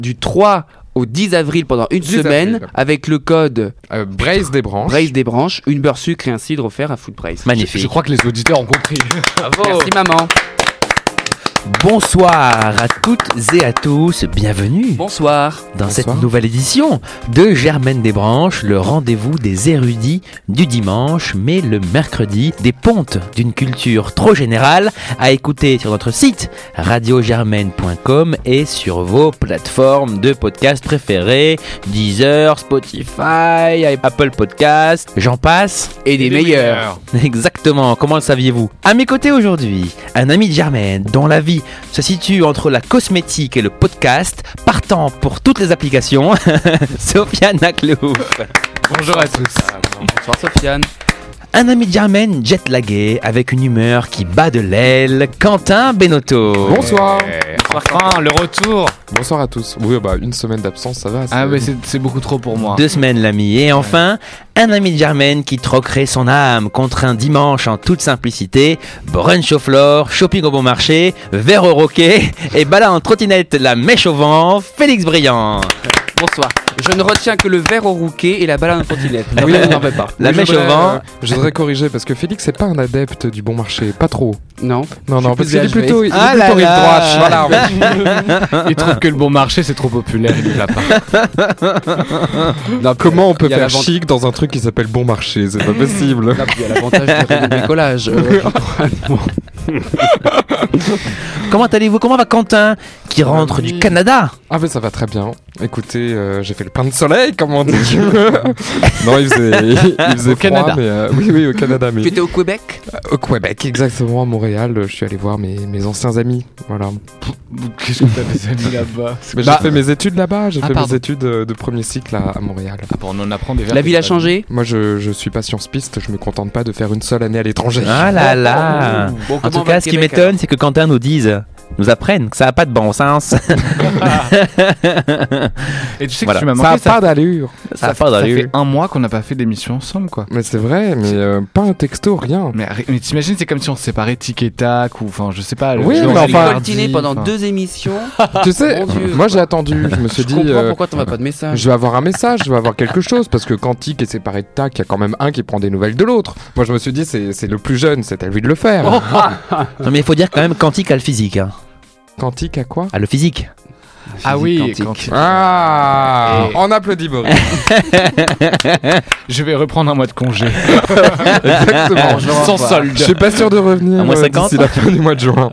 du 3 au 10 avril pendant une semaine avec le code Braise des branches, une beurre sucre et un cidre offert à Food Braise. Magnifique. Je crois que les auditeurs ont compris. Bravo. Merci maman. Bonsoir à toutes et à tous, bienvenue Bonsoir. dans cette nouvelle édition de Germaine des Branches, le rendez-vous des érudits du dimanche, mais le mercredi, des pontes d'une culture trop générale à écouter sur notre site radiogermaine.com et sur vos plateformes de podcast préférées, Deezer, Spotify, Apple Podcast, j'en passe. Et des meilleurs. Exactement, comment le saviez-vous? À mes côtés aujourd'hui, un ami de Germaine dont la vie se situe entre la cosmétique et le podcast, partant pour toutes les applications, Sofiane Aklouf. Bonjour à tous. Bonsoir Sofiane. Un ami de Germaine jetlagué avec une humeur qui bat de l'aile, Quentin Benotto. Bonsoir. Enfin, le retour. Bonsoir à tous. Oui, une semaine d'absence, ça va. Ah, mais c'est beaucoup trop pour moi. 2 semaines l'ami. Et enfin, un ami de Germaine qui troquerait son âme contre un dimanche en toute simplicité, brunch au flore, shopping au bon marché, verre au roquet et balade en trottinette la mèche au vent, Félix Briand. Bonsoir. Je ne retiens que le verre au rouquet et la balade en trottinette. Oui, Je n'en fais pas. La mèche au vent. Je voudrais corriger parce que Félix c'est pas un adepte du bon marché, pas trop. Non. Non, parce plus qu'il est VHV. plutôt rive Ah là là. droite. Voilà. Il trouve que le bon marché c'est trop populaire, il ne l'a pas. Non, Comment on peut il y a faire l'avant- chic dans un truc qui s'appelle bon marché? C'est pas possible. Là, puis il y a l'avantage du bricolage. Comment allez-vous? Comment va Quentin qui rentre du Canada? Ah mais ça va très bien. Écoutez, j'ai fait le plein de soleil, comme on dit. Non, il faisait Au froid, Canada. mais oui, au Canada. Mais Tu étais au Québec? au Québec, exactement, à Montréal. Je suis allé voir mes anciens amis. Voilà. Qu'est-ce que t'as des amis là-bas? Mais j'ai fait mes études là-bas. J'ai fait pardon. mes études de premier cycle à Montréal. On en apprend déjà. La ville a changé? Moi, je suis pas science-piste. Je me contente pas de faire une seule année à l'étranger. Ah là là. Bon, En comment tout va cas, le ce qui Québec, m'étonne, c'est que Quentin nous apprenne que ça n'a pas de bon sens. Et tu sais Voilà. que tu m'as Ça a manqué. pas d'allure. Ça n'a pas Ça d'allure. fait un mois qu'on n'a pas fait d'émission ensemble, quoi. Mais c'est vrai, mais pas un texto, rien. Mais t'imagines, c'est comme si on se séparait tic et tac, ou enfin, je sais pas. Oui, genre, mais on J'ai enfin, coltiné pendant enfin. 2 émissions. Tu sais, Mon Dieu, moi quoi. j'ai attendu. Je me suis Je dit, comprends pourquoi t'envoies pas de message. je vais avoir un message, je vais avoir quelque chose, parce que quand Tic est séparé de Tac, il y a quand même un qui prend des nouvelles de l'autre. Moi je me suis dit, c'est le plus jeune, c'est à lui de le faire. Non, mais il faut dire quand même Quantique a le physique. Hein. Quand Tic a quoi? A le physique. Ah oui, Quantique. Ah, Et- on applaudit Boris. Je vais reprendre un mois de congé. Exactement. Sans solde. Je suis pas sûr de revenir À moins 50. d'ici la fin du mois de juin.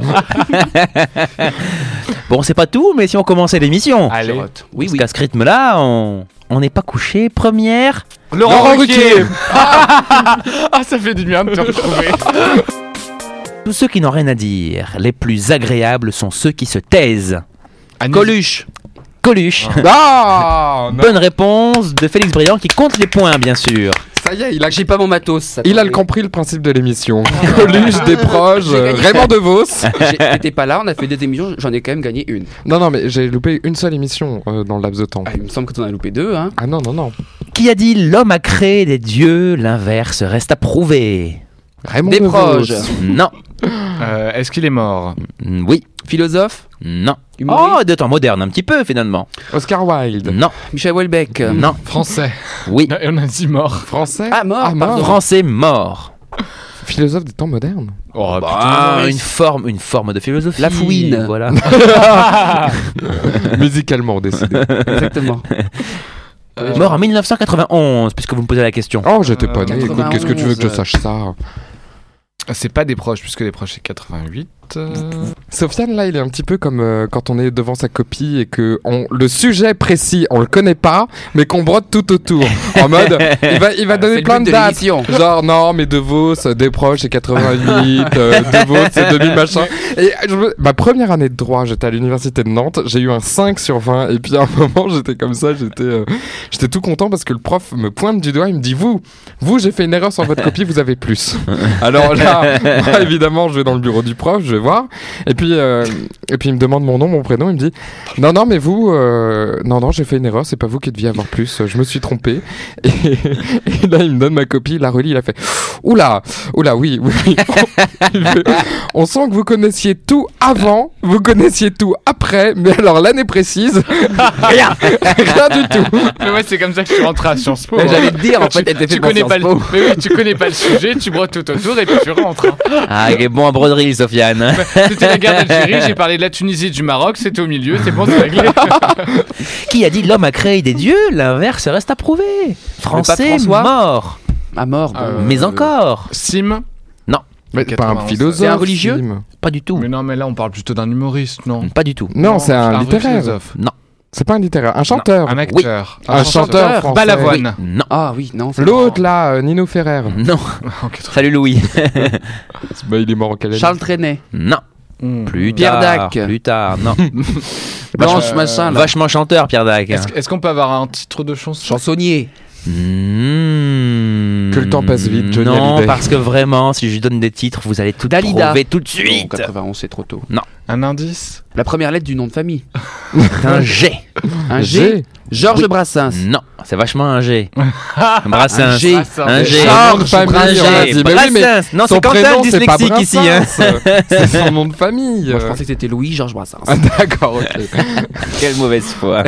Bon, c'est pas tout, mais si on commençait l'émission. Allez. Oui, Parce qu'à ce rythme-là, on n'est pas couché. Première. Laurent Ruquier. Ah, ça fait du bien de te retrouver. Tous ceux qui n'ont rien à dire, les plus agréables sont ceux qui se taisent. Coluche. Coluche. Ah, non. Bonne réponse de Félix Briand qui compte les points, bien sûr. Ça y est, il a J'ai pas mon matos. Il a attendez. compris le principe de l'émission. Coluche, des proches, J'ai gagné. Raymond DeVos. J'étais pas là, on a fait 2 émissions, j'en ai quand même gagné une. Non, mais j'ai loupé une seule émission dans le laps de temps. Ah, il me semble que t'en as loupé 2, hein. Ah non. Qui a dit l'homme a créé des dieux, l'inverse reste à prouver. Raymond Des DeVos. proches. Non. Est-ce qu'il est mort? Oui. Philosophe. Non. Humoriste. Oh, de temps moderne, un petit peu finalement. Oscar Wilde. Non. Michel Houellebecq. Non. Français. Oui. Et on a dit mort. Français. Ah, mort, pardon. Français mort. Philosophe des temps modernes. Oh Ah, une forme de philosophie. La fouine. Voilà. Musicalement décidé. Exactement. Mort en 1991, puisque vous me posez la question. Oh, j'étais pas né. Écoute, 91, qu'est-ce que tu veux que je sache ça? C'est pas des proches, puisque des proches c'est 88. Sofiane, là, il est un petit peu comme quand on est devant sa copie et que le sujet précis, on le connaît pas, mais qu'on brode tout autour. En mode, il va donner C'est plein le but de de dates. l'émission. Genre, non, mais DeVos, des proches, c'est 88, DeVos, c'est 2000, machin. Et ma première année de droit, j'étais à l'université de Nantes, j'ai eu un 5 sur 20, et puis à un moment, j'étais comme ça, j'étais tout content parce que le prof me pointe du doigt, il me dit, vous, j'ai fait une erreur sur votre copie, vous avez plus. Alors là, Moi, évidemment, je vais dans le bureau du prof, je vais voir. Et puis il me demande mon nom, mon prénom. Il me dit non, mais vous, non, j'ai fait une erreur. C'est pas vous qui deviez avoir plus. Je me suis trompé. Et là, il me donne ma copie, il la relit, il a fait oula, oui. On sent que vous connaissiez tout avant, vous connaissiez tout après, mais alors l'année précise, rien du tout. Mais ouais, c'est comme ça que je suis rentré à Sciences Po. J'allais te dire, en fait, elle était fait pour Sciences Po. Mais oui, tu connais pas le sujet, tu brodes tout autour et puis tu rentres. Hein. Ah, il est bon à broderie, Sofiane. C'était la guerre d'Algérie, j'ai parlé de la Tunisie et du Maroc, c'était au milieu, c'est bon, c'est réglé. Qui a dit l'homme a créé des dieux? L'inverse reste à prouver. Français mort. À mort. Mais encore. Sim. Non. Mais pas un philosophe. C'est un religieux Sim. Pas du tout. Mais non, mais là on parle plutôt d'un humoriste, non? Pas du tout. Non, c'est un vrai littéraire. philosophe. Non. C'est pas un littéraire, un chanteur. Un acteur. Un chanteur français. Balavoine. Non. Ah oui, non. c'est L'autre là, Nino Ferrer. Non. Salut Louis. Bah, il est mort en quelle année? Charles Trenet. Non. Plus Pierre tard. Dac. Plus tard. Non. Blanche machin là. Vachement chanteur, Pierre Dac. Est-ce qu'on peut avoir un titre de chanson? Chansonnier. Que le temps passe vite, Johnny Non, Hallyday. parce que vraiment, si je donne des titres, vous allez tout Dalida. trouver tout de Non, suite. 91, c'est trop tôt. Un indice? La première lettre du nom de famille. Un G. Un G. Georges Brassens. Non, c'est vachement un G. Brassens. Un G. Un G. Nom de famille, Un on a G. dit. Mais oui, mais Brassens. Non, son c'est Quentin prénom, c'est pas dyslexique ici. Hein. Brassens. C'est son nom de famille. Moi, je pensais que c'était Louis Georges Brassens. Ah, d'accord, ok. Quelle mauvaise foi.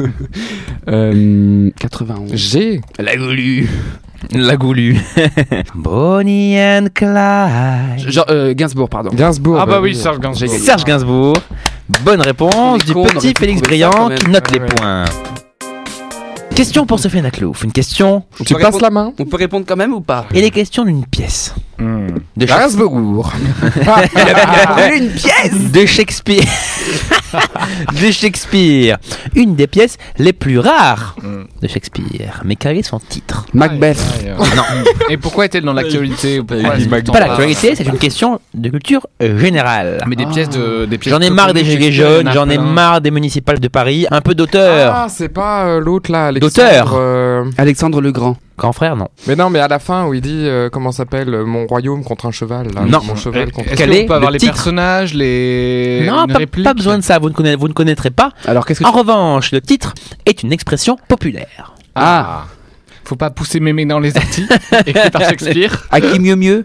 91. G. La Goulue. La goulue. Bonnie and Clyde. Gainsbourg, pardon. Gainsbourg. Ah bah oui, Serge Gainsbourg. Serge Gainsbourg. Bonne réponse du On aurait petit pu Félix trouver ça Briand quand même. qui note les Ouais. points. Question pour Sofiane Aklouf. Une question. Tu peut passes répondre- la main. On peut répondre quand même ou pas? Il est question d'une pièce. De Gainsbourg. Une pièce. De Shakespeare. De Shakespeare. Une des pièces les plus rares de Shakespeare. Mais quel est son titre? Macbeth. Non, Et pourquoi est-elle dans l'actualité? Pourquoi dit est-ce Macbeth. qu'on pas parle? l'actualité, c'est une question de culture générale. Mais des pièces de. J'en ai marre des gilets jaunes, j'en ai marre des municipales de Paris. Un peu d'auteur. Ah, c'est pas l'autre là, Alexandre. D'auteur. Alexandre le Grand. Grand frère, non. Mais non, mais à la fin où il dit comment s'appelle mon royaume contre un cheval là. Non. Mon cheval contre. Est-ce Quel qu'on est peut avoir le les titre? personnages, les. Non, une pas réplique besoin de ça, vous ne connaîtrez pas. Alors qu'est-ce que En revanche, le titre est une expression populaire. Ah. Faut pas pousser mémé dans les orties, écrit par Shakespeare. À qui mieux?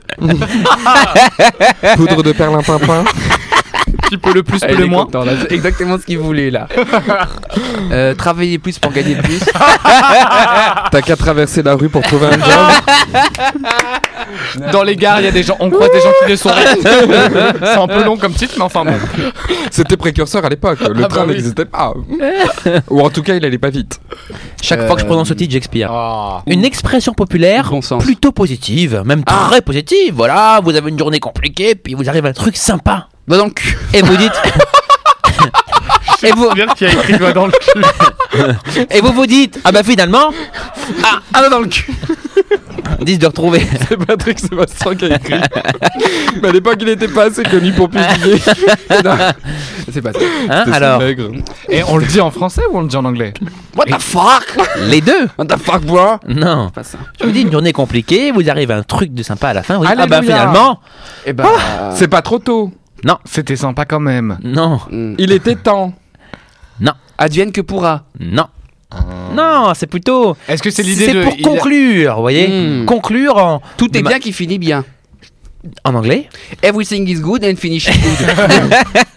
Poudre de perlimpinpin. Qui peut le plus, peut le moins. C'est exactement ce qu'il voulait là. Travailler plus pour gagner plus. T'as qu'à traverser la rue pour trouver un job. Dans les gares, il y a des gens, on croise des gens qui les sont. C'est un peu long comme titre, mais enfin bon. C'était précurseur à l'époque. Le bah train oui. n'existait pas. Ou en tout cas, il allait pas vite. Chaque fois que je prononce le titre, j'expire. Ah. Une expression populaire Bon sens. plutôt positive, même très positive. Voilà, vous avez une journée compliquée, puis vous arrive un truc sympa. Va dans le cul. Et vous dites. Et vous, Bien qu'il y a écrit doigt dans le cul. et vous dites, ah bah finalement, va dans le cul. 10 de retrouver. C'est Patrick Sébastien qui a écrit. Mais à l'époque, il était pas assez connu pour publier. C'est pas ça. Hein, C'était alors, si maigre. Et on le dit en français ou on le dit en anglais? What the fuck? les deux. What the fuck, moi? Non. Pas ça. Je vous dis une journée compliquée, vous arrive un truc de sympa à la fin, vous dites, ah bah Alléluia. finalement, Eh ben. C'est pas trop tôt. C'était sympa quand même. non, Il était temps. Advienne que pourra. non. Non, c'est plutôt. Est-ce que c'est l'idée de. pour conclure, vous voyez. Hmm. Conclure Tout est bien qui finit bien. en anglais. Everything is good and finish good.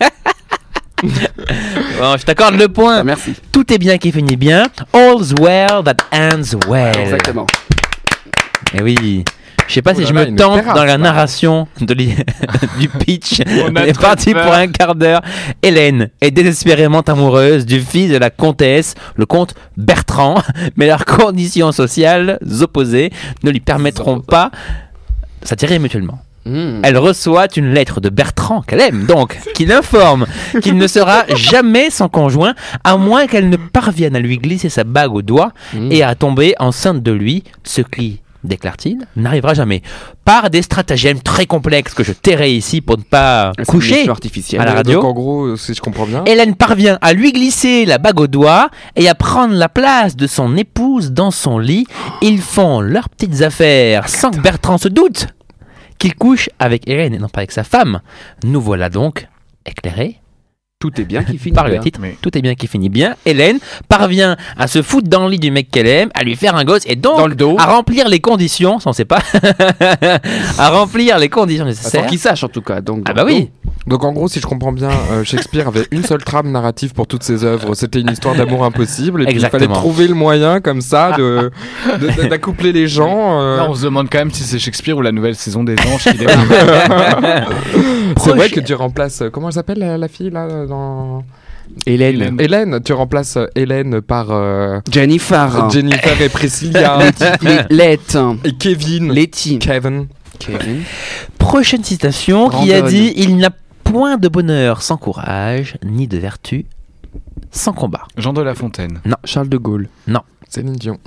Bon, je t'accorde le point. Ah, merci. Tout est bien qui finit bien. All's well that ends well. Exactement. Et oui. Je sais pas si là je là, me une tente terrasse, dans la là. narration du pitch. On On a est très parti peur. pour un quart d'heure. Hélène est désespérément amoureuse du fils de la comtesse, le comte Bertrand, mais leurs conditions sociales opposées ne lui permettront pas s'attirer mutuellement. Elle reçoit une lettre de Bertrand qu'elle aime donc, qui l'informe qu'il ne sera jamais son conjoint à moins qu'elle ne parvienne à lui glisser sa bague au doigt et à tomber enceinte de lui, ce qui, déclare-t-il, n'arrivera jamais. Par des stratagèmes très complexes que je tairai ici pour ne pas coucher artificielle. à la radio. Donc en gros, si je comprends bien. Hélène parvient à lui glisser la bague au doigt et à prendre la place de son épouse dans son lit. Ils font leurs petites affaires sans que Bertrand se doute qu'il couche avec Hélène et non pas avec sa femme. Nous voilà donc éclairés Tout est bien qui finit par le bien. titre. Mais- Tout est bien qui finit bien. Hélène parvient à se foutre dans le lit du mec qu'elle aime, à lui faire un gosse et donc Dans le dos. à remplir les conditions, ça on sait pas, à remplir les conditions Sans nécessaires. qu'il sache en tout cas. Donc, Ah bah oui. Donc en gros, si je comprends bien, Shakespeare avait une seule trame narrative pour toutes ses œuvres. C'était une histoire d'amour impossible. Et puis il Exactement. fallait trouver le moyen comme ça d'accoupler les gens. Là, on se demande quand même si c'est Shakespeare ou la nouvelle saison des Anges qui débarque. C'est vrai Proche- que tu remplaces... comment elle s'appelle la fille là dans... Hélène. Hélène. Tu remplaces Hélène par Jennifer. Jennifer et Priscilla Lette. et Kevin. Letty. Kevin. Kevin. Prochaine citation qui a Brandon. dit il n'y a point de bonheur sans courage, ni de vertu sans combat. Jean de La Fontaine. Charles de Gaulle. Céline Dion.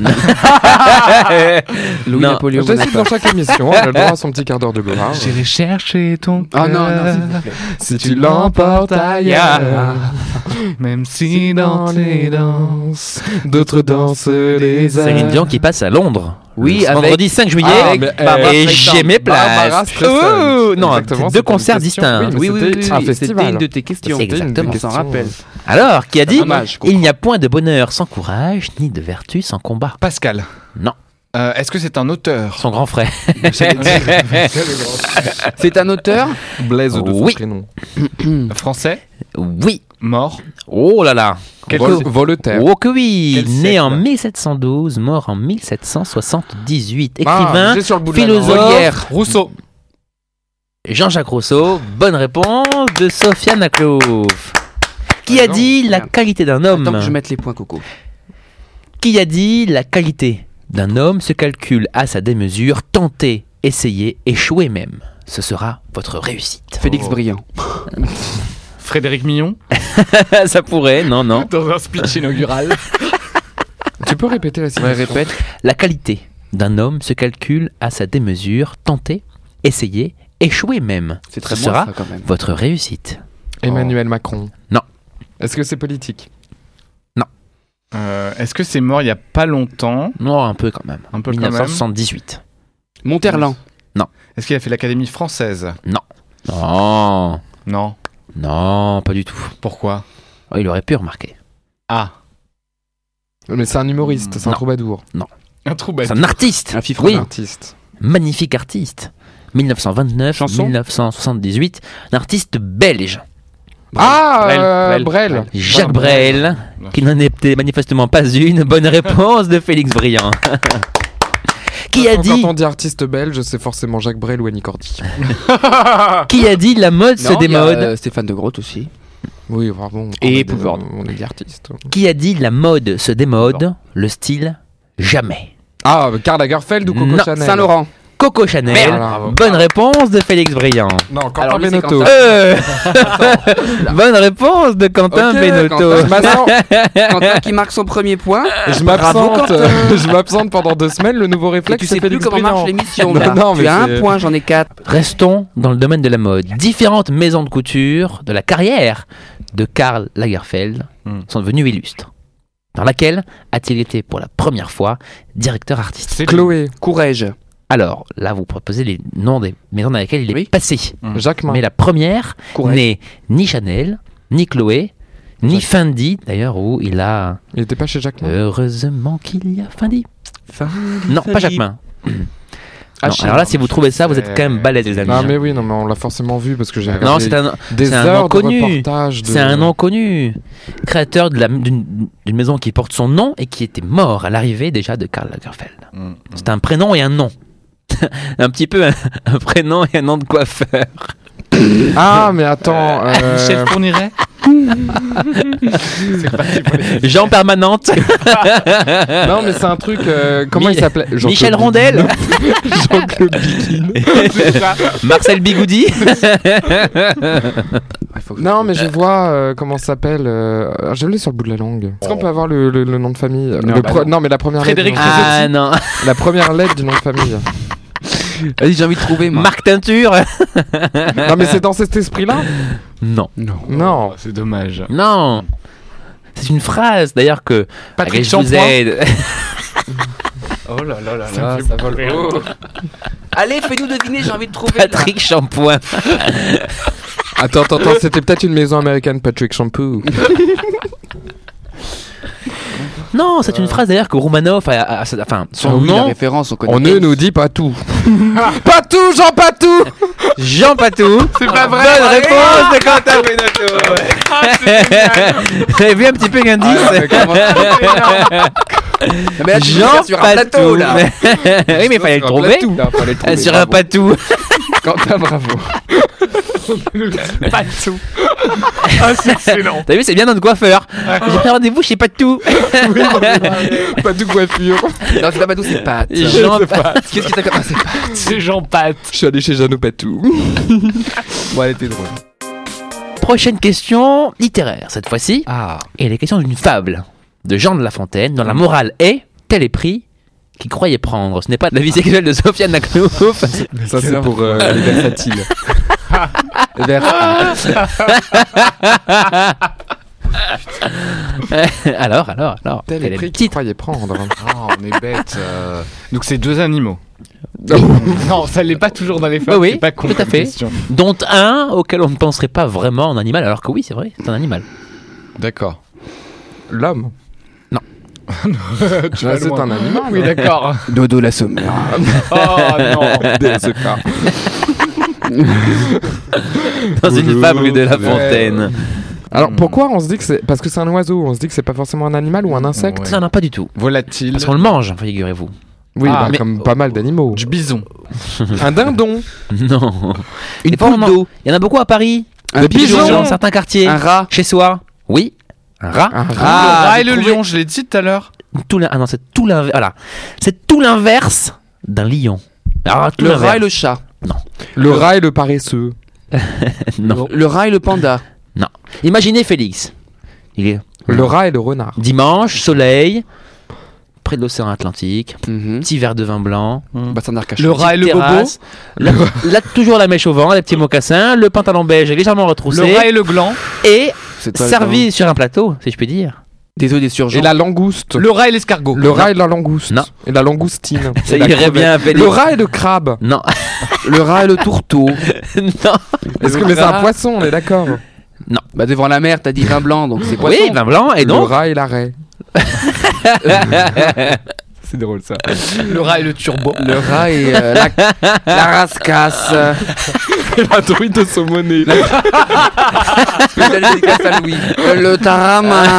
Louis Non. Napoléon Je cite dans Bonaparte. chaque émission. Elle a le droit à son petit quart d'heure de gloire. J'irai chercher ton Oh non, non, cœur, s'il vous plaît. Si tu l'emportes ailleurs, même si dans tes danses. d'autres dansent les airs. Céline Dion qui passe à Londres. Oui, Le avec- vendredi 5 juillet. Ah, mais, Barbara et Streisand. j'ai mes Barbara places. Streisand. Ouh, non, Exactement, deux c'était une concerts question. distincts. Oui, mais Oui, oui, c'était oui, un oui, festival. c'était une de tes questions. C'est exactement. C'était On une s'en question. rappelle. Alors, qui a dit Dommage, je comprends. il n'y a point de bonheur sans courage, ni de vertu sans combat. Pascal. Non. Est-ce que c'est un auteur? Son grand frère. C'est un auteur Blaise de son Oui. prénom. Français? Oui. Mort? Oh là là. Voltaire. Oh que oui. Quel Né siècle en 1712, mort en 1778. Ah, Écrivain, j'ai sur le bout de la langue. philosophe. Molière. Rousseau. Jean-Jacques Rousseau. Bonne réponse de Sofiane Aklouf. Qui a non, dit la merde. qualité d'un Attends que homme je mette les points, Coco. Qui a dit la qualité d'un homme se calcule à sa démesure, tenter, essayer, échouer même. Ce sera votre réussite. Félix Briand. Frédéric Mignon. Ça pourrait, non, non. Dans un speech inaugural. Tu peux répéter la Ouais, citation? répète. La qualité d'un homme se calcule à sa démesure, tenter, essayer, échouer même. C'est très Ce bon, sera ça, quand même. votre réussite. Emmanuel Macron. Non. Est-ce que c'est politique? Est-ce que c'est mort il y a pas longtemps? Non, un peu quand même. Un peu quand 1978. Monterland. Est-ce qu'il a fait l'Académie française? Non. Non. Non, pas du tout. Pourquoi? Oh, il aurait pu remarquer. Ah. Mais c'est un humoriste, c'est un Non. troubadour. Un trou bête. C'est un artiste. Un fifre Oui, Un artiste. magnifique artiste. 1929, Chanson 1978. Un artiste belge. Ah, Brel. Brel. Jacques Voilà, Brel, qui n'en était manifestement pas une. Bonne réponse de Félix Briand. Qui a dit Quand on dit artiste belge, c'est forcément Jacques Brel ou Annie Cordy. la mode se Non, il y a, démode. Stéphane de Grotte aussi. Oui, vraiment. Et on est Poulvord. on est des artistes. Qui a dit la mode se démode, le style jamais. Ah, Karl Lagerfeld ou Coco Non, Chanel? Saint-Laurent. Coco Chanel. Bravo. Bonne réponse de Félix Briand. Non, Quentin Alors, lui, c'est Benotto. Quentin. Bonne réponse de Quentin Ok, Benotto. Quentin, je m'absente. Quentin qui marque son premier point. Je Bravo, m'absente. Quentin. Je m'absente pendant 2 semaines. Le nouveau Et réflexe, tu c'est sais plus Félix comment Briand. marche l'émission. Non, là. non, Tu mais as c'est- un point, j'en ai 4. Restons dans le domaine de la mode. Différentes maisons de couture de la carrière de Karl Lagerfeld sont devenues illustres. Dans laquelle a-t-il été pour la première fois directeur artistique? C'est Chloé, Courrèges. Alors, là, vous proposez les noms des maisons dans lesquelles il est Oui. passé. Jacquemin. Mais la première Courrèges. n'est ni Chanel, ni Chloé, ni Fendi, d'ailleurs, où il a... Il était pas chez Jacquemin. Heureusement qu'il y a Fendi. Non, pas Fendi. Jacquemin. Ah, Non, je- alors là, si vous trouvez ça, vous êtes quand même balèze, les amis. Ah, mais oui, non, mais on l'a forcément vu parce que j'ai Non, regardé c'est un, des c'est un heures nom connu. de reportages. c'est un nom connu. Créateur d'une maison qui porte son nom et qui était mort à l'arrivée déjà de Karl Lagerfeld. C'est un prénom et un nom. Un petit peu un prénom et un nom de coiffeur. Ah, mais attends. Michel Fourniret. Jean Permanente. Non, mais c'est un truc. Comment il s'appelait? Jean-Claude Michel Rondel. Jean-Claude Biquin. Marcel Bigoudi. Non, mais je vois comment ça s'appelle. Je l'ai sur le bout de la langue. Est-ce qu'on peut avoir le nom de famille? Non, mais la première Frédéric lettre. Ah non. La première lettre du nom de famille. Vas-y, j'ai envie de trouver, moi. Marc Teinture. Non, mais c'est dans cet esprit-là? Non. Non. Non. C'est dommage. Non. C'est une phrase d'ailleurs que Patrick je vous Champoint. aide. Oh là là là Ça vole haut. Allez, fais-nous deviner, j'ai envie de trouver. Patrick Shampoing. Attends, c'était peut-être une maison américaine, Patrick Shampoo. Non, c'est une phrase d'ailleurs que Roumanoff a son Oui, la nom. référence, on connaît. On ne nous dit pas tout. Patou, Jean Patou. Jean Patou. C'est pas vrai. Bonne réponse de Quentin Benotto. Vous avez vu un petit peu l'indice Mais là, tu Jean Jean sur un plateau, là. Oui, mais il fallait le trouver. Sur un patou. Quentin, bravo. Pas tout. Ah, c'est excellent. T'as vu, c'est bien notre coiffeur. J'ai pris rendez-vous chez Patou. Patou coiffure. Non, c'est pas Patou, c'est Pat. Jean Qu'est-ce qui t'a commencé Pat? C'est Jean Pat. Je suis allé chez Jeannot Patou. Bon, elle était drôle. Prochaine question littéraire cette fois-ci. Ah. Et il est question d'une fable de Jean de La Fontaine dont la morale est tel est pris qu'il croyait prendre. Ce n'est pas de la vie sexuelle de Sofiane Naknouf. Ça, c'est pour les versatiles. alors. Tel Quel est est le prix qu'il titre? croyait prendre. Oh, on est bête. Donc c'est deux animaux. Non, ça l'est pas toujours dans les fables. Oui, c'est pas con tout à comme fait. question. Dont un auquel on ne penserait pas vraiment en animal, alors que oui, c'est vrai, c'est un animal. D'accord. L'homme. Tu vas C'est loin. un animal. Oui, d'accord. Dodo la sommaire. Oh non. DSK. Dans une fable de La Fontaine. Alors pourquoi on se dit que c'est parce que c'est un oiseau, on se dit que c'est pas forcément un animal ou un insecte? Ouais. Ça, non, pas du tout. Volatile. Parce qu'on le mange, figurez-vous. Oui, Ah, mais- comme pas mal d'animaux. Du bison. Un dindon. Non. Une C'est pas poule vraiment- d'eau. Il y en a beaucoup à Paris. Un pigeon. Dans certains quartiers. Un rat. Chez soi. Oui. Un rat. Un rat. Ah, le rat et j'ai le trouvé. lion, je l'ai dit tout à l'heure. Ah non, c'est tout l'inverse. Voilà. C'est tout l'inverse d'un lion. Alors, tout Le l'inverse. rat et le chat. Le rat et le paresseux. Non. Le rat et le panda. Imaginez Félix. Il est Le rat et le renard. dimanche, soleil, près de l'océan Atlantique, Mhm. petit verre de vin blanc, Bassin d'Arcachon. Le rat et le bobo. terrasse, là, toujours la mèche au vent, les petits mocassins, le pantalon beige légèrement retroussé, Le rat et le gland. et C'est toi, servi sur un plateau, si je puis dire. Des œufs, des surgeons. Et la langouste. Le rat et l'escargot. Le rat et la langouste. Non. Et la langoustine. Ça Et la irait crevette. bien, Félix. Le rat et le crabe. Non, Le rat et le tourteau. non. Est-ce que mais c'est un poisson, on est d'accord? Bah devant la mer, t'as dit vin blanc, donc c'est poisson. Oui, vin blanc, et Le donc rat et la raie. C'est drôle ça. Le rat et le turbo. Le rat et la rascasse. La truite de saumonée. Spécial dédicace à Louis. Le tarama.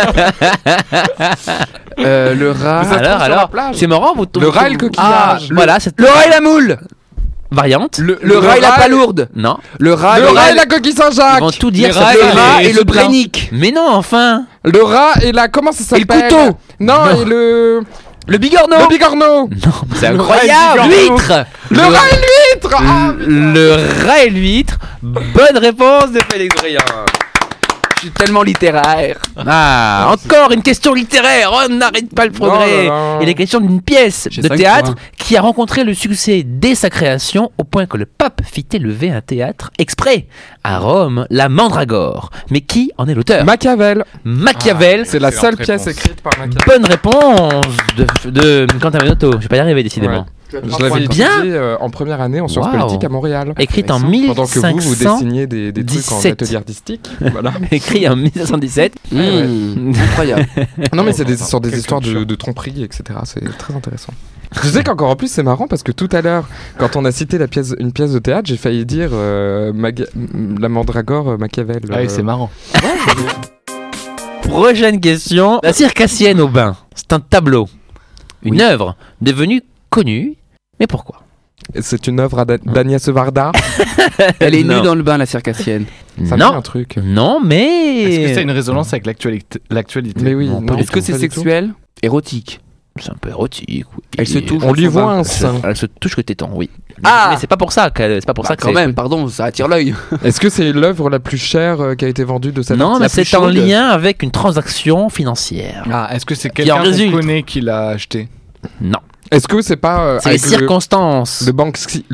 Le rat. Mais ça se trouve sur la alors, plage. c'est marrant, vous Le rat et le coquillage. Voilà, c'est Le rat et la moule. variante. Le rat et la palourde. Non, Le rat Le rat et la coquille ils vont Saint-Jacques. tout dire. Les ça rats fait- Le rat les et le œufs blancs. brénic. Mais non, enfin. Le rat et la comment ça Et le s'appelle? couteau. Non, et le Le bigorneau. le bigorneau. C'est Le incroyable. rat et le bigorneau. L'huître. Le rat et l'huître. Ah, Le rat et l'huître. Bonne réponse de Félix Briand. Je suis tellement littéraire. Ah, encore une question littéraire. On n'arrête pas le progrès. Oh là là. Il est question d'une pièce J'ai de 5 théâtre points. qui a rencontré le succès dès sa création au point que le pape fit élever un théâtre exprès à Rome, la Mandragore. Mais qui en est l'auteur? Machiavel. Machiavel. C'est la Excellente seule pièce réponse. écrite par Machiavel. Bonne réponse de Quentin Benotto. Je vais pas y arriver décidément. Ouais. Je l'avais Bien. étudié en première année en sciences Waouh. politiques à Montréal. Écrite en Pendant que vous 1517. dessiniez des trucs en atelier artistique. Voilà. Écrit en 1917. Incroyable. Non mais c'est sur des Quelle histoires culture. de tromperie, etc. C'est très intéressant. Je sais qu'encore en plus c'est marrant parce que tout à l'heure, quand on a cité une pièce de théâtre, j'ai failli dire la Mandragore Machiavel. Ah oui, c'est marrant. Prochaine question. La circassienne au bain. C'est un tableau. Une œuvre devenue connue. Mais pourquoi? C'est une œuvre d'Agnès Varda. Elle est Non. nue dans le bain, la circassienne. Ça me dit Non. un truc. Non, mais. Est-ce que ça a une résonance avec l'actualité? Mais oui, Non, non, pas du Est-ce que c'est pas du tout. sexuel? Érotique. C'est un peu érotique. Oui. Elle se touche. On lui son voit bain. un sein. Elle se touche que tétons, oui. Ah Mais c'est pas pour ça que c'est pas pour Bah, ça que quand c'est- même, pardon, ça attire l'œil. Est-ce que c'est l'œuvre la plus chère qui a été vendue de cette Non, mais artiste? c'est en lien avec une transaction financière. Ah, est-ce que c'est en quelqu'un qu'on résulte. connaît qui l'a aché? Non. Est-ce que c'est pas C'est les avec circonstances. le Banksy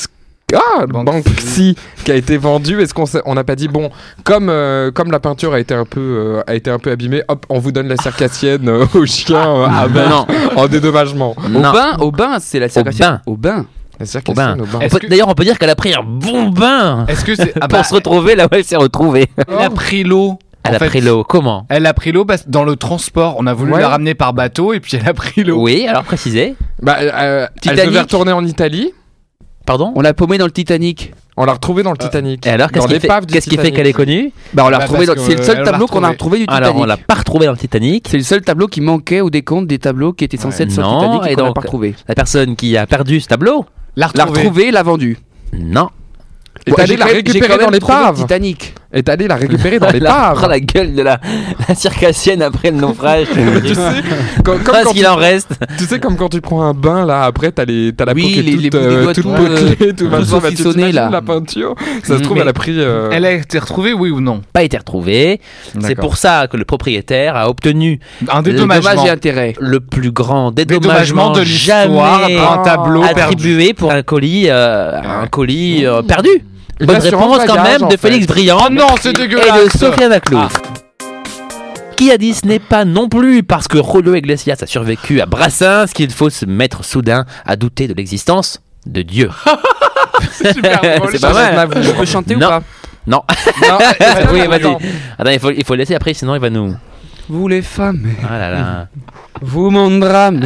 qui a été vendu? Est-ce on n'a pas dit bon, comme la peinture a été un peu abîmée, hop, on vous donne la circassienne au chien Non. en dédommagement. Non. Au bain, c'est la circassienne. Au bain. La circassienne au bain. D'ailleurs, on peut dire qu'elle a pris un bon bain Est-ce que c'est pour se retrouver là où elle s'est retrouvée. Elle a pris l'eau. Elle a pris l'eau. Comment? Elle a pris l'eau dans le transport. On a voulu la ramener par bateau et puis elle a pris l'eau. Oui, alors précisez. Elle devait retourner en Italie. Pardon? On l'a paumée dans le Titanic. On l'a retrouvée dans le Titanic. Et alors, qu'est-ce qui fait qu'elle est connue? On l'a retrouvée. C'est le seul tableau qu'on a retrouvé du Titanic. Alors, on l'a pas retrouvée dans le Titanic. C'est le seul tableau qui manquait au décompte des tableaux qui étaient censés être sur le Titanic et qu'on n'a pas retrouvé. La personne qui a perdu ce tableau l'a retrouvé, l'a vendu. Non. Et t'es allé la récupérer dans l'épave. Titanic. Et t'es allé la récupérer dans l'épave. La gueule de la circassienne après le naufrage. Tu sais, comme ce qu'il en reste. Tu sais, comme quand tu prends un bain là, après t'as la peau qui est toute potelée, tout machin. Tu t'imagines la peinture. Ça se trouve, elle a pris. Elle a été retrouvée, oui ou non? Pas été retrouvée. C'est pour ça que le propriétaire a obtenu un dédommagement et intérêt. Le plus grand dédommagement de l'histoire, un tableau attribué pour un colis perdu. Bonne réponse quand même de Félix Briand. Oh non, c'est dégueulasse. Et de Sofiane Aclou. Qui a dit ce n'est pas non plus parce que Julio Iglesias a survécu à Brassens qu'il faut se mettre soudain à douter de l'existence de Dieu. C'est super drôle. C'est pas mal. Je peux chanter ou pas? Non. Oui, vas-y. Attends, il faut laisser après, sinon il va nous. Vous les femmes. Ah là là. Vous mon drame.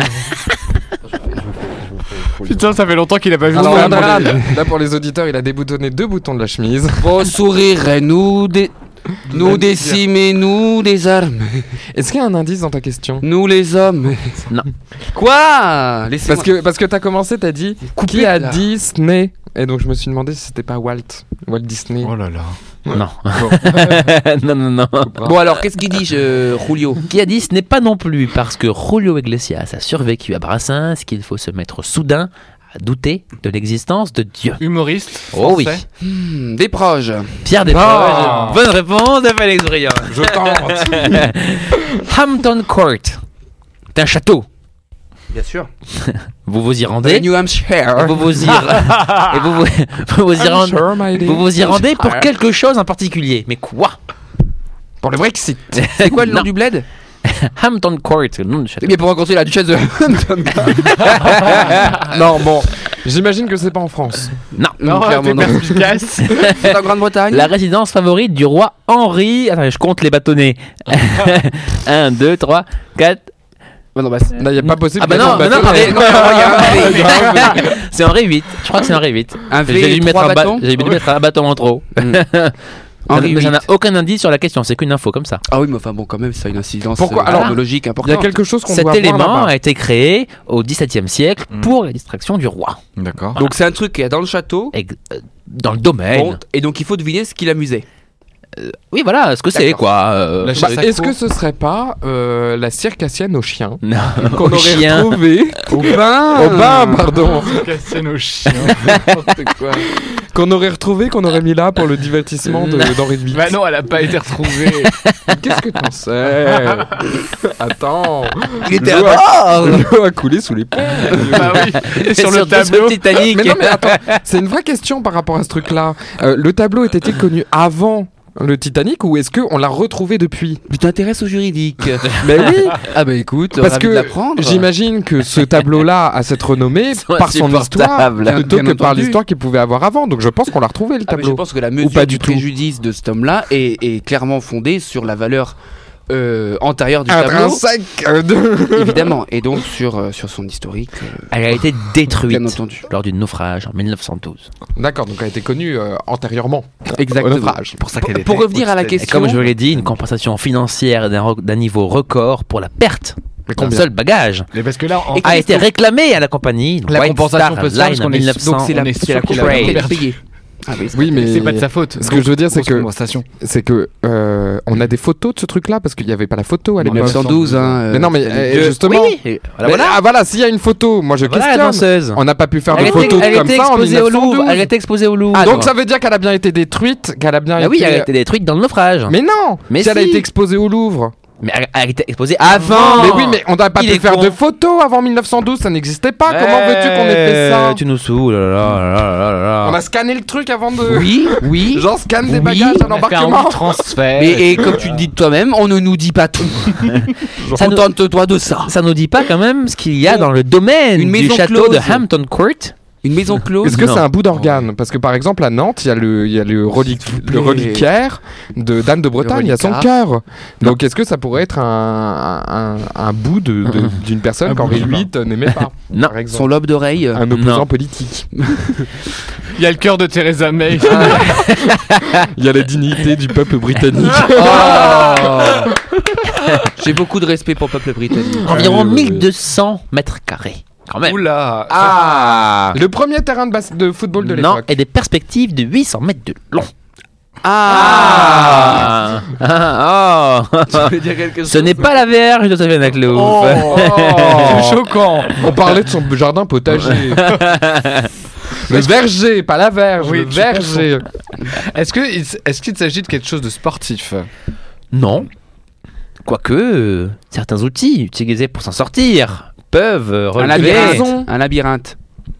Putain, ça fait longtemps qu'il a pas vu. Là, pour les auditeurs, il a déboutonné 2 boutons de la chemise. Vos sourires, nous décime et nous les armes. Est-ce qu'il y a un indice dans ta question? Nous les hommes. Non. Quoi? Parce que t'as commencé, t'as dit qui a Disney? Et donc je me suis demandé si c'était pas Walt Disney. Oh là là. Non. non. Bon alors, qu'est-ce qu'il dit, Julio? Qui a dit ce n'est pas non plus parce que Julio Iglesias a survécu à Brassens qu'il faut se mettre soudain à douter de l'existence de Dieu. Humoriste français. Oh oui. Desproges. Pierre Desproges. Bonne réponse de Félix Briand. Je tente. Hampton Court. C'est un château. Bien sûr. Vous y rendez. New Hampshire. Vous y rendez pour quelque chose en particulier. Mais quoi? Pour le Brexit. C'est quoi le nom du bled? Hampton Court, le nom du château. C'est bien pour rencontrer la duchesse de Hampton. Non, bon, j'imagine que c'est pas en France. Non, clairement non. Efficace. C'est en Grande-Bretagne. La résidence favorite du roi Henri. Attendez, je compte les bâtonnets. 1, 2, 3, 4. Là, il n'y a pas possible. Ah bah non, c'est Henri 8. Je crois que c'est Henri 8. J'ai dû mettre un bâton en trop. Mais ça n'a aucun indice sur la question, c'est qu'une info comme ça. Ah oui, mais enfin bon, quand même, ça a une incidence logique importante. Il y a quelque chose qu'on doit voir Cet élément là-bas. a été créé au XVIIe siècle pour la distraction du roi. D'accord. Donc c'est un truc qui est dans le château. Dans le domaine. Bon, et donc il faut deviner ce qui l'amusait. Oui, voilà, ce que c'est quoi. Est-ce que ce serait pas la circassienne au chien Non, qu'on aurait chien. retrouvé Au bain. au bain, pardon, Casser nos chiens. qu'on aurait retrouvé, qu'on aurait mis là pour le divertissement d'Henri VIII. Bah non, elle a pas été retrouvée. Qu'est-ce que t'en sais? Attends, Il était à bord. l'eau a coulé sous les ponts. Bah oui. Et sur le Surtout tableau. Titanic. Mais non, mais attends, c'est une vraie question par rapport à ce truc-là. Le tableau était-il connu avant le Titanic ou est-ce qu'on l'a retrouvé depuis? Tu t'intéresses au juridique. Mais oui, Ah bah écoute, parce ravi de que l'apprendre. j'imagine que ce tableau-là a cette renommée Sont par son histoire insupportables. plutôt Bien que par entendu. l'histoire qu'il pouvait avoir avant. Donc je pense qu'on l'a retrouvé le Ah, mais je tableau. pense que la Ou mesure pas du du tout. préjudice de cet homme-là est clairement fondée sur la valeur antérieure du tableau. Intrinsèque Évidemment. Et donc sur son historique. Elle a été détruite Bien entendu. lors du naufrage en 1912. D'accord, donc elle a été connue antérieurement au Exactement. naufrage. Pour ça qu'elle était. Pour revenir à la Et question. comme je vous l'ai dit, une compensation financière d'un niveau record pour la perte Mais d'un combien? seul bagage Mais parce que là, a été réclamée à la compagnie La White compensation Star peut se faire Line parce en qu'on est- 1900. Donc c'est la on est sûr qu'il a compagnie qui perdu. a payé. Ah Oui, mais c'est pas de sa faute. Ce que je veux dire, c'est que Compensation. on a des photos de ce truc-là parce qu'il n'y avait pas la photo à En l'époque. 1912, hein. Mais non, mais justement. Oui, voilà. Voilà, s'il y a une photo, moi je Voilà la questionne. danseuse. On n'a pas pu faire de Elle photos était comme ça en exposée au 1912. Louvre. Elle était exposée au Louvre. Donc ça veut dire qu'elle a bien été détruite, qu'elle a bien Ah été. oui, elle a été détruite dans le naufrage. Mais non. Mais si elle a si. été exposée au Louvre. Mais elle a été exposée avant. Mais oui, mais on n'a pas Il pu est faire con. de photos avant 1912, ça n'existait pas. Comment veux-tu qu'on ait fait ça? Tu nous saoules. On a scanné le truc avant de. Oui. Genre scanne des Oui, bagages à On a fait un l'embarquement. transfert. Et comme tu le dis de toi-même, on ne nous dit pas tout. Ça nous- Contente-toi de ça. Ça nous dit pas quand même ce qu'il y a dans le domaine Une du maison château close. de Hampton Court. Une maison close. Est-ce que Non. c'est un bout d'organe? Parce que par exemple à Nantes, il y a le reliquaire de d'Anne de Bretagne, il y a son reliquat. cœur. Donc est-ce que ça pourrait être un bout d'une personne qu'Henri VIII n'aimait pas? Non. Par exemple. Son lobe d'oreille. Un opposant Non. politique. Il y a le cœur de Theresa May. Il y a la dignité du peuple britannique. Oh. J'ai beaucoup de respect pour le peuple britannique. Environ oui, oui. 1200 mètres carrés. Quand même. Oula. Ah, le premier terrain de football de Non, l'époque. et des perspectives de 800 mètres de long. Ah, Ah, oh. Tu veux dire quelque chose? Ce n'est pas la Vierge de Saint Cloud. Oh. C'est choquant. On parlait de son jardin potager. Le verger, pas la verge, Oui, le tu verger. Est-ce qu'il s'agit de quelque chose de sportif? Non. Quoique, certains outils utilisés pour s'en sortir peuvent Un relever labyrinthe. Un labyrinthe.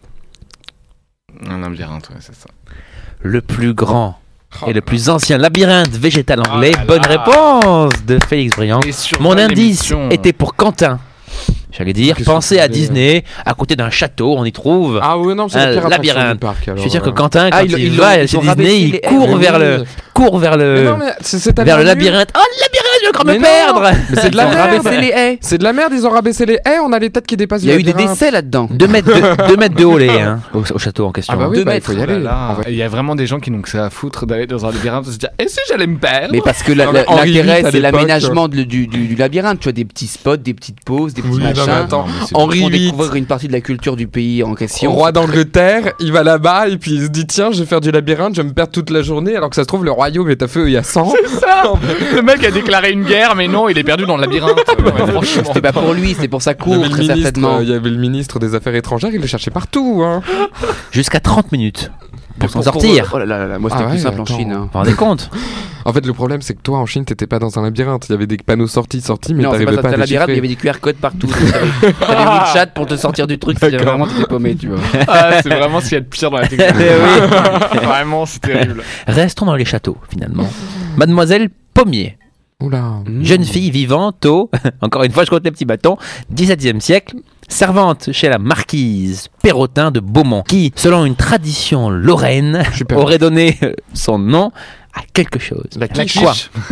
Un labyrinthe, ouais, c'est ça. le plus grand et le plus ancien labyrinthe végétal anglais. Oh là Bonne là. réponse de Félix Briand. Et sur Mon la indice l'émission. était pour Quentin. J'allais dire, Qu'est-ce que pensez vous à voulez Disney, à côté d'un château, on y trouve. Ah oui, non, c'est Un la pire attraction labyrinthe. du parc. Je alors, suis sûr que Quentin, quand ils il l'ont- va ils chez ont Disney, rabaissé il les court R. vers le, court vers Mais le, non, mais c'est vers le tellement nul. labyrinthe. Oh, le labyrinthe, je vais encore me Mais non. perdre. Mais c'est de la Ils ont merde. rabaissé les haies. C'est de la merde, ils ont rabaissé les haies, on a les têtes qui dépassent Il y a le eu des labyrinthe. décès là-dedans. 2 mètres de haut, les, hein, au château en question. Ah bah oui, Deux bah, il faut y Oh aller. là là. En vrai. Il y a vraiment des gens qui n'ont que ça à foutre d'aller dans un labyrinthe et se dire et si j'allais me perdre? Mais parce que Non, mais Henri l'intérêt, VIII, à c'est l'époque, l'aménagement du labyrinthe. Tu as des petits spots, des petites pauses, des petits Oui, non, mais machins. attends. Henri Henri VIII. VIII, Découvrir une partie de la culture du pays en question. roi d'Angleterre, il va là-bas et puis il se dit tiens, je vais faire du labyrinthe, je vais me perdre toute la journée, alors que ça se trouve le royaume est à feu, il y a 100. ça. Le mec a déclaré une guerre, mais non, il est perdu dans le labyrinthe. Ouais, franchement. C'était pas pour lui, c'était pour sa Il y cour, avait très le ministre, certainement. il y avait le ministre des Affaires étrangères, il le cherchait partout. Hein. Jusqu'à 30 minutes pour s'en Pour- sortir. Oh là là là, moi c'était Ah plus ouais, simple en attends. Chine. hein. Vous vous rendez compte? En fait, le problème, c'est que toi, en Chine, t'étais pas dans un labyrinthe. Il y avait des panneaux sortis, mais Non, c'est t'arrivais pas pas à ça, labyrinthe, il y déchiffrer. avait des QR codes partout. T'avais des WeChat pour te sortir du truc si vraiment t'étais paumé, tu vois. Ah, c'est vraiment ce qu'il y a de pire dans la technologie. Vraiment, c'est terrible. Restons dans les châteaux, finalement. Mademoiselle Pommier, Oula. jeune fille vivante au, encore une fois, je compte les petits bâtons, 17e siècle, servante chez la marquise Perrotin de Beaumont, qui, selon une tradition lorraine, Je suis perdu. aurait donné son nom à quelque chose. La La quiche. Quoi? quiche.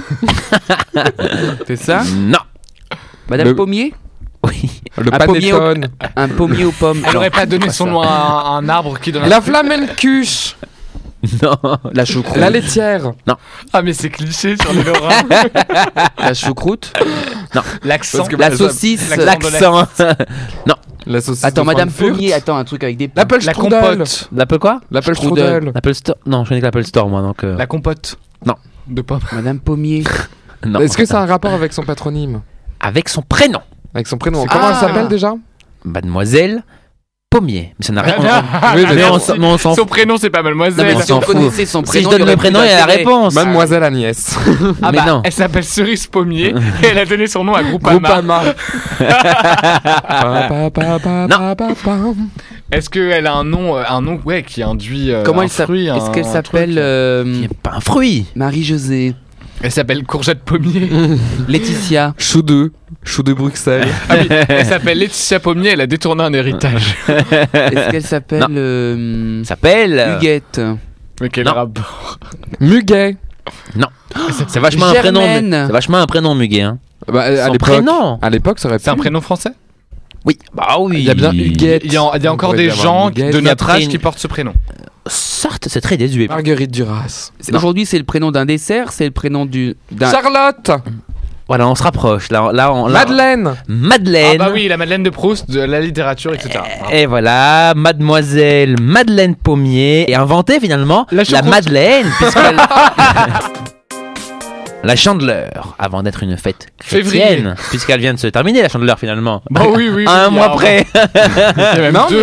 C'est ça Non. Madame Le- Pommier Oui. Le Un pommier au- panettone. Un pommier aux pommes. Elle Non, aurait pas donné c'est son ça. nom à un arbre qui donne un... La flamencuche. Non. La choucroute. La laitière. Ah, mais c'est cliché sur les Lorrains. La choucroute. L'accent. Parce que- La ça- saucisse. L'accent. La saucisse Attends, de Madame Frankfurt. Pommier, attends, un truc avec des L'Apple La Strudel. compote. L'Apple quoi? L'Apple Strudel. Strudel. L'Apple Store? Non, je connais que l'Apple Store, moi, donc. La compote. Non. De pommes. Madame Pommier. non. Est-ce que ça a un rapport avec son patronyme? Avec son prénom. Avec son prénom. C'est Comment quoi elle s'appelle déjà? Mademoiselle Pommier. Mais ça n'a rien. Oui, Mais mais on s'en- mais on s'en Son fout. prénom, c'est pas Non, mademoiselle. mais on si on s'en fout. connaissait son Si prénom. je donne il y le aurait prénom, plus il y a la d'intérêt. réponse. Mademoiselle Agnès. Ah Mais bah, non. elle s'appelle Cerise Pommier et elle a donné son nom à Groupama. Groupama. Pa, pa, pa, pa, Non. pa, pa. Est-ce qu'elle a un nom ouais, qui induit Comment un elle s'appelle? fruit, Est-ce qu'elle un s'appelle truc Il n'y a pas un fruit. Marie-Josée, Elle s'appelle Courgette Pommier. Laetitia, Chou de Bruxelles. Ah oui, elle s'appelle Laetitia Pommier, elle a détourné un héritage. est-ce qu'elle s'appelle Ça s'appelle. Huguette, Mais quel Non. rapport? Muguet. C'est vachement un prénom. Germaine. C'est vachement un prénom, Muguet. Hein. Bah, à Son l'époque. prénom. À l'époque, ça aurait C'est un pu. prénom français? Oui. Bah oui. Il y a bien Huguette. Il y a encore On des pourrait y avoir gens Huguette. de Il y a notre pris âge une- qui portent ce prénom. Certes, c'est très désuet. Marguerite Duras. Aujourd'hui, c'est le prénom d'un dessert, c'est le prénom d'un. Charlotte. Voilà, on se rapproche. Là, Madeleine. Madeleine. Ah bah oui, la Madeleine de Proust, de la littérature, etc. Et voilà, Mademoiselle Madeleine Pommier est inventée finalement La choucroute. Madeleine, puisqu'elle... La Chandeleur, avant d'être une fête Février. chrétienne, puisqu'elle vient de se terminer la Chandeleur finalement. Bah oui, oui. Un oui, mois alors, près. Il y a même Non, deux.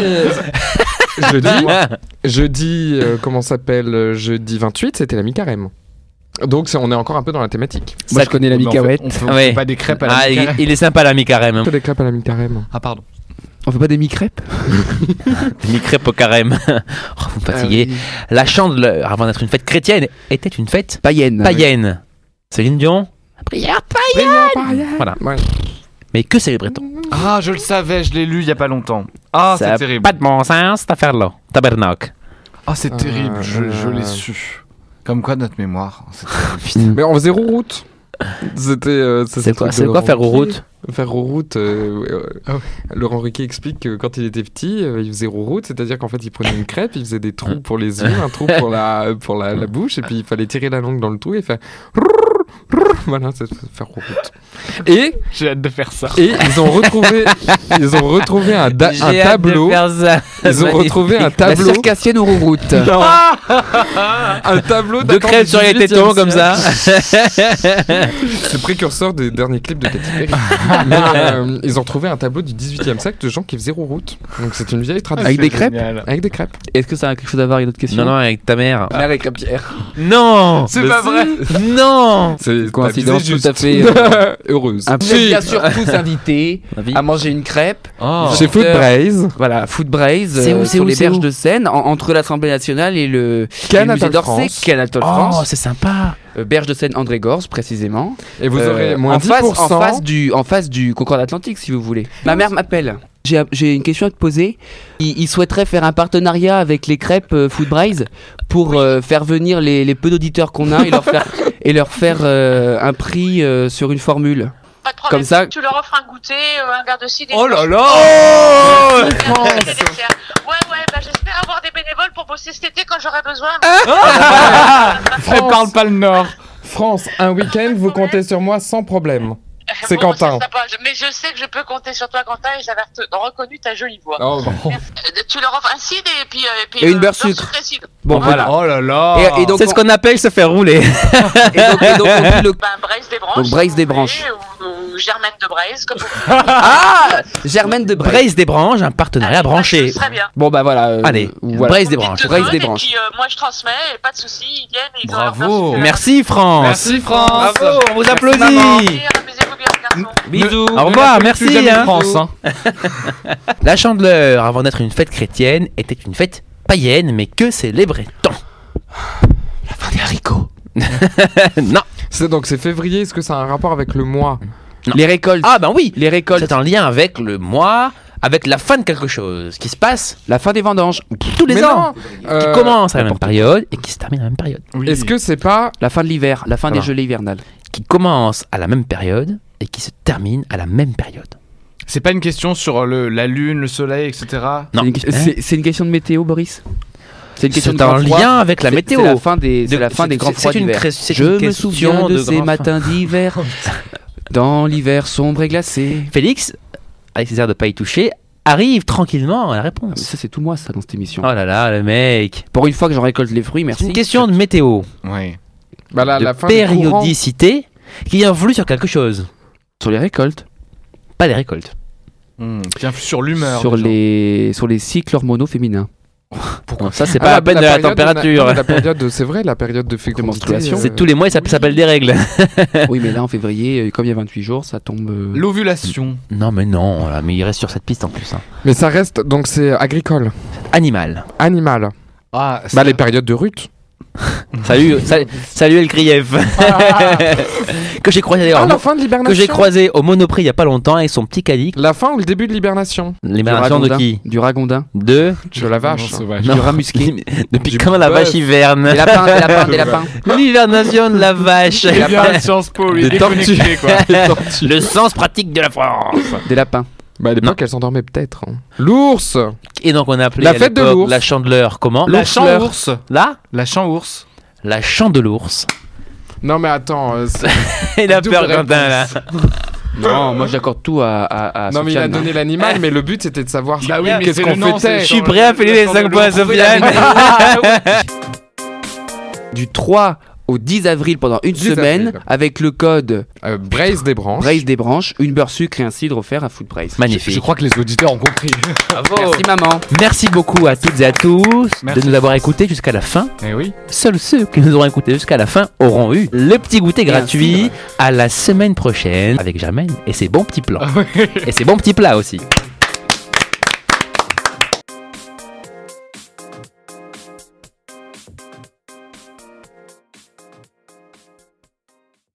jeudi, comment s'appelle jeudi 28, c'était la mi-carême. Donc on est encore un peu dans la thématique. Moi, je connais la Mais micaouette. On fait Ouais. pas des crêpes à la Ah, mi-carême. il est sympa la mi-carême. On Hein. fait des crêpes à la mi-carême. Ah pardon. On fait pas des mi-crêpes Mi-crêpe au carême. Oh, vous me fatiguez. La Chandeleur, avant d'être une fête chrétienne, était une fête Païenne. païenne. Céline Dion. Prière païenne. Voilà. Ouais. Mais que célébrait-on? Ah, je le savais, je l'ai lu il y a pas longtemps. Ah, Ça c'est a terrible. pas de bon sens cette affaire-là. Tabernacle. Oh, c'est terrible, je l'ai su. Comme quoi, notre mémoire. C'est terrible. Mais on faisait route. C'est quoi faire route? Faire route. Laurent Ruquier explique que quand il était petit, il faisait route, c'est-à-dire qu'en fait il prenait une crêpe, il faisait des trous pour les yeux, un trou pour la bouche, et puis il fallait tirer la langue dans le trou et faire. Voilà, c'est faire route. Et j'ai hâte de faire ça. Et ils ont retrouvé un tableau. Ils ont retrouvé un tableau. La circassienne ou route. Un tableau de crêpes sur les tétons comme ça. C'est précurseur des derniers clips de Katy Perry. Mais, ils ont retrouvé un tableau du 18e siècle de gens qui faisaient route. Donc c'est une vieille tradition. Avec des crêpes. Avec des crêpes. Est-ce que ça a quelque chose à voir avec d'autres questions? Non, avec ta mère. Mère et crêpière. Non. C'est pas vrai. Non. C'est une coïncidence tout à fait heureuse. Vous êtes bien sûr tous invités à manger une crêpe chez Food Braise. Voilà, Food Braise sur les berges de Seine, entre l'Assemblée nationale et le musée d'Orsay, Canatole France. Oh, c'est sympa. Berge de Seine, André Gorz précisément. Et vous aurez moins en 10%. en face du Concorde Atlantique, si vous voulez. Ma mère m'appelle. J'ai une question à te poser. Il souhaiterait faire un partenariat avec les crêpes Food Braise pour faire venir les peu d'auditeurs qu'on a et leur faire un prix sur une formule. Pas de problème. Comme ça. Tu leur offres un goûter, un verre de cidre. Oh là là. Ouais, bah j'espère avoir des bénévoles pour bosser cet été quand j'aurai besoin. Elle parle pas le Nord. France, un week-end, vous comptez sur moi sans problème. C'est Bon, Quentin. Mais je sais que je peux compter sur toi, Quentin, et j'avais reconnu ta jolie voix. Oh, Tu leur offres un cidre et puis et une beurre sucre. Bon, voilà. Oh là là. Et donc c'est ce qu'on appelle se faire rouler. et donc on dit le Braise des branches. Donc, Braise des branches. Ou Germaine de Braise, comme vous Ah, Germaine de Braise. Braise des branches, un partenariat branché. Très bien. Bon bah voilà. Allez, voilà. Braise des branches. Braise des branches. Et puis moi je transmets, et pas de soucis, ils viennent et ils ont leur Bravo. verre Merci France. Merci France. Bravo, on vous applaudit. sucré. Amusez-vous bien, garçons. Bisous. Au revoir, merci. Jamais Hein. France. Hein. La Chandeleur, avant d'être une fête chrétienne, était une fête païenne, mais que célébrait-on? La fin des haricots. Non. C'est février, est-ce que ça a un rapport avec le mois? Les récoltes. Ah ben oui. Les récoltes. C'est en lien avec le mois, avec la fin de quelque chose qui se passe La fin des vendanges. tous les Mais ans, non, qui commence à la même période et qui se termine à la même période. Oui. Est-ce que c'est pas La fin de l'hiver. La fin des Alors. gelées hivernales. Qui commence à la même période et qui se termine à la même période. C'est pas une question sur la lune, le soleil, etc. Non. C'est une question de météo, Boris. C'est une question de C'est en grand froid. lien avec la météo. C'est la fin des grands froids c'est une d'hiver. cré- c'est Je une me question souviens de de ces grand matins d'hiver. Dans l'hiver sombre et glacé. Félix, avec ses airs de pas y toucher, arrive tranquillement à la Mais réponse. ça c'est tout moi ça dans cette émission. Oh là là, le mec. Pour une fois que j'en récolte les fruits, C'est merci. une question de météo, Oui. la de fin des courants. périodicité qui influe sur quelque chose. Sur les récoltes. Pas les récoltes. Bien sur l'humeur. Sur des gens. les cycles hormonaux féminins. Bon, ça, c'est pas la peine de la température. C'est vrai, la période de fécondité. menstruation. C'est tous les mois et ça s'appelle des règles. Oui, mais là en février, comme il y a 28 jours, ça tombe. L'ovulation. Non, mais non, là, mais il reste sur cette piste en plus. Hein. Mais ça reste, donc c'est agricole, Animal. animal. Ah, Les périodes de rut. Salut El Krief. Que j'ai croisé d'ailleurs. la fin de l'hibernation. Que j'ai croisé au Monoprix il y a pas longtemps avec son petit caddie. La fin ou le début de l'hibernation? L'hibernation de qui? Du ragondin. De De la vache. Du rat musqué. Depuis Du quand la bœuf. vache hiverne? Des lapins, des lapins. L'hivernation de la vache. Eh bien, Sciences Po, lui, De déconnecté, quoi. Le sens pratique de la France. Des lapins. À l'époque, elle s'endormait peut-être. Hein. L'ours. Et donc on a appelé La à fête de l'époque l'ours. la Chandeleur comment? La champ-ours. Là La champ-ours. La Chant de l'ours. Non mais attends. Il a Double peur Quentin là. Non, moi j'accorde tout à Non mais il a Sofiane. donné l'animal, mais le but c'était de savoir Bah oui, mais qu'est-ce c'est qu'on le nom, fêtait. Je suis prêt à filer les 5 points à Sofiane. Du 3 au 10 avril pendant une 10 semaine avril. avec le code Braise des branches. Braise des branches, une beurre sucre et un cidre offert à Food Braise. Magnifique. Je crois que les auditeurs ont compris. Merci maman. Merci beaucoup à toutes et à tous Merci. de nous avoir écoutés jusqu'à la fin. Eh oui. Seuls ceux qui nous auront écoutés jusqu'à la fin auront eu le petit goûter gratuit. À la semaine prochaine avec Germaine et ses bons petits plans. Et ses bons petits plats aussi.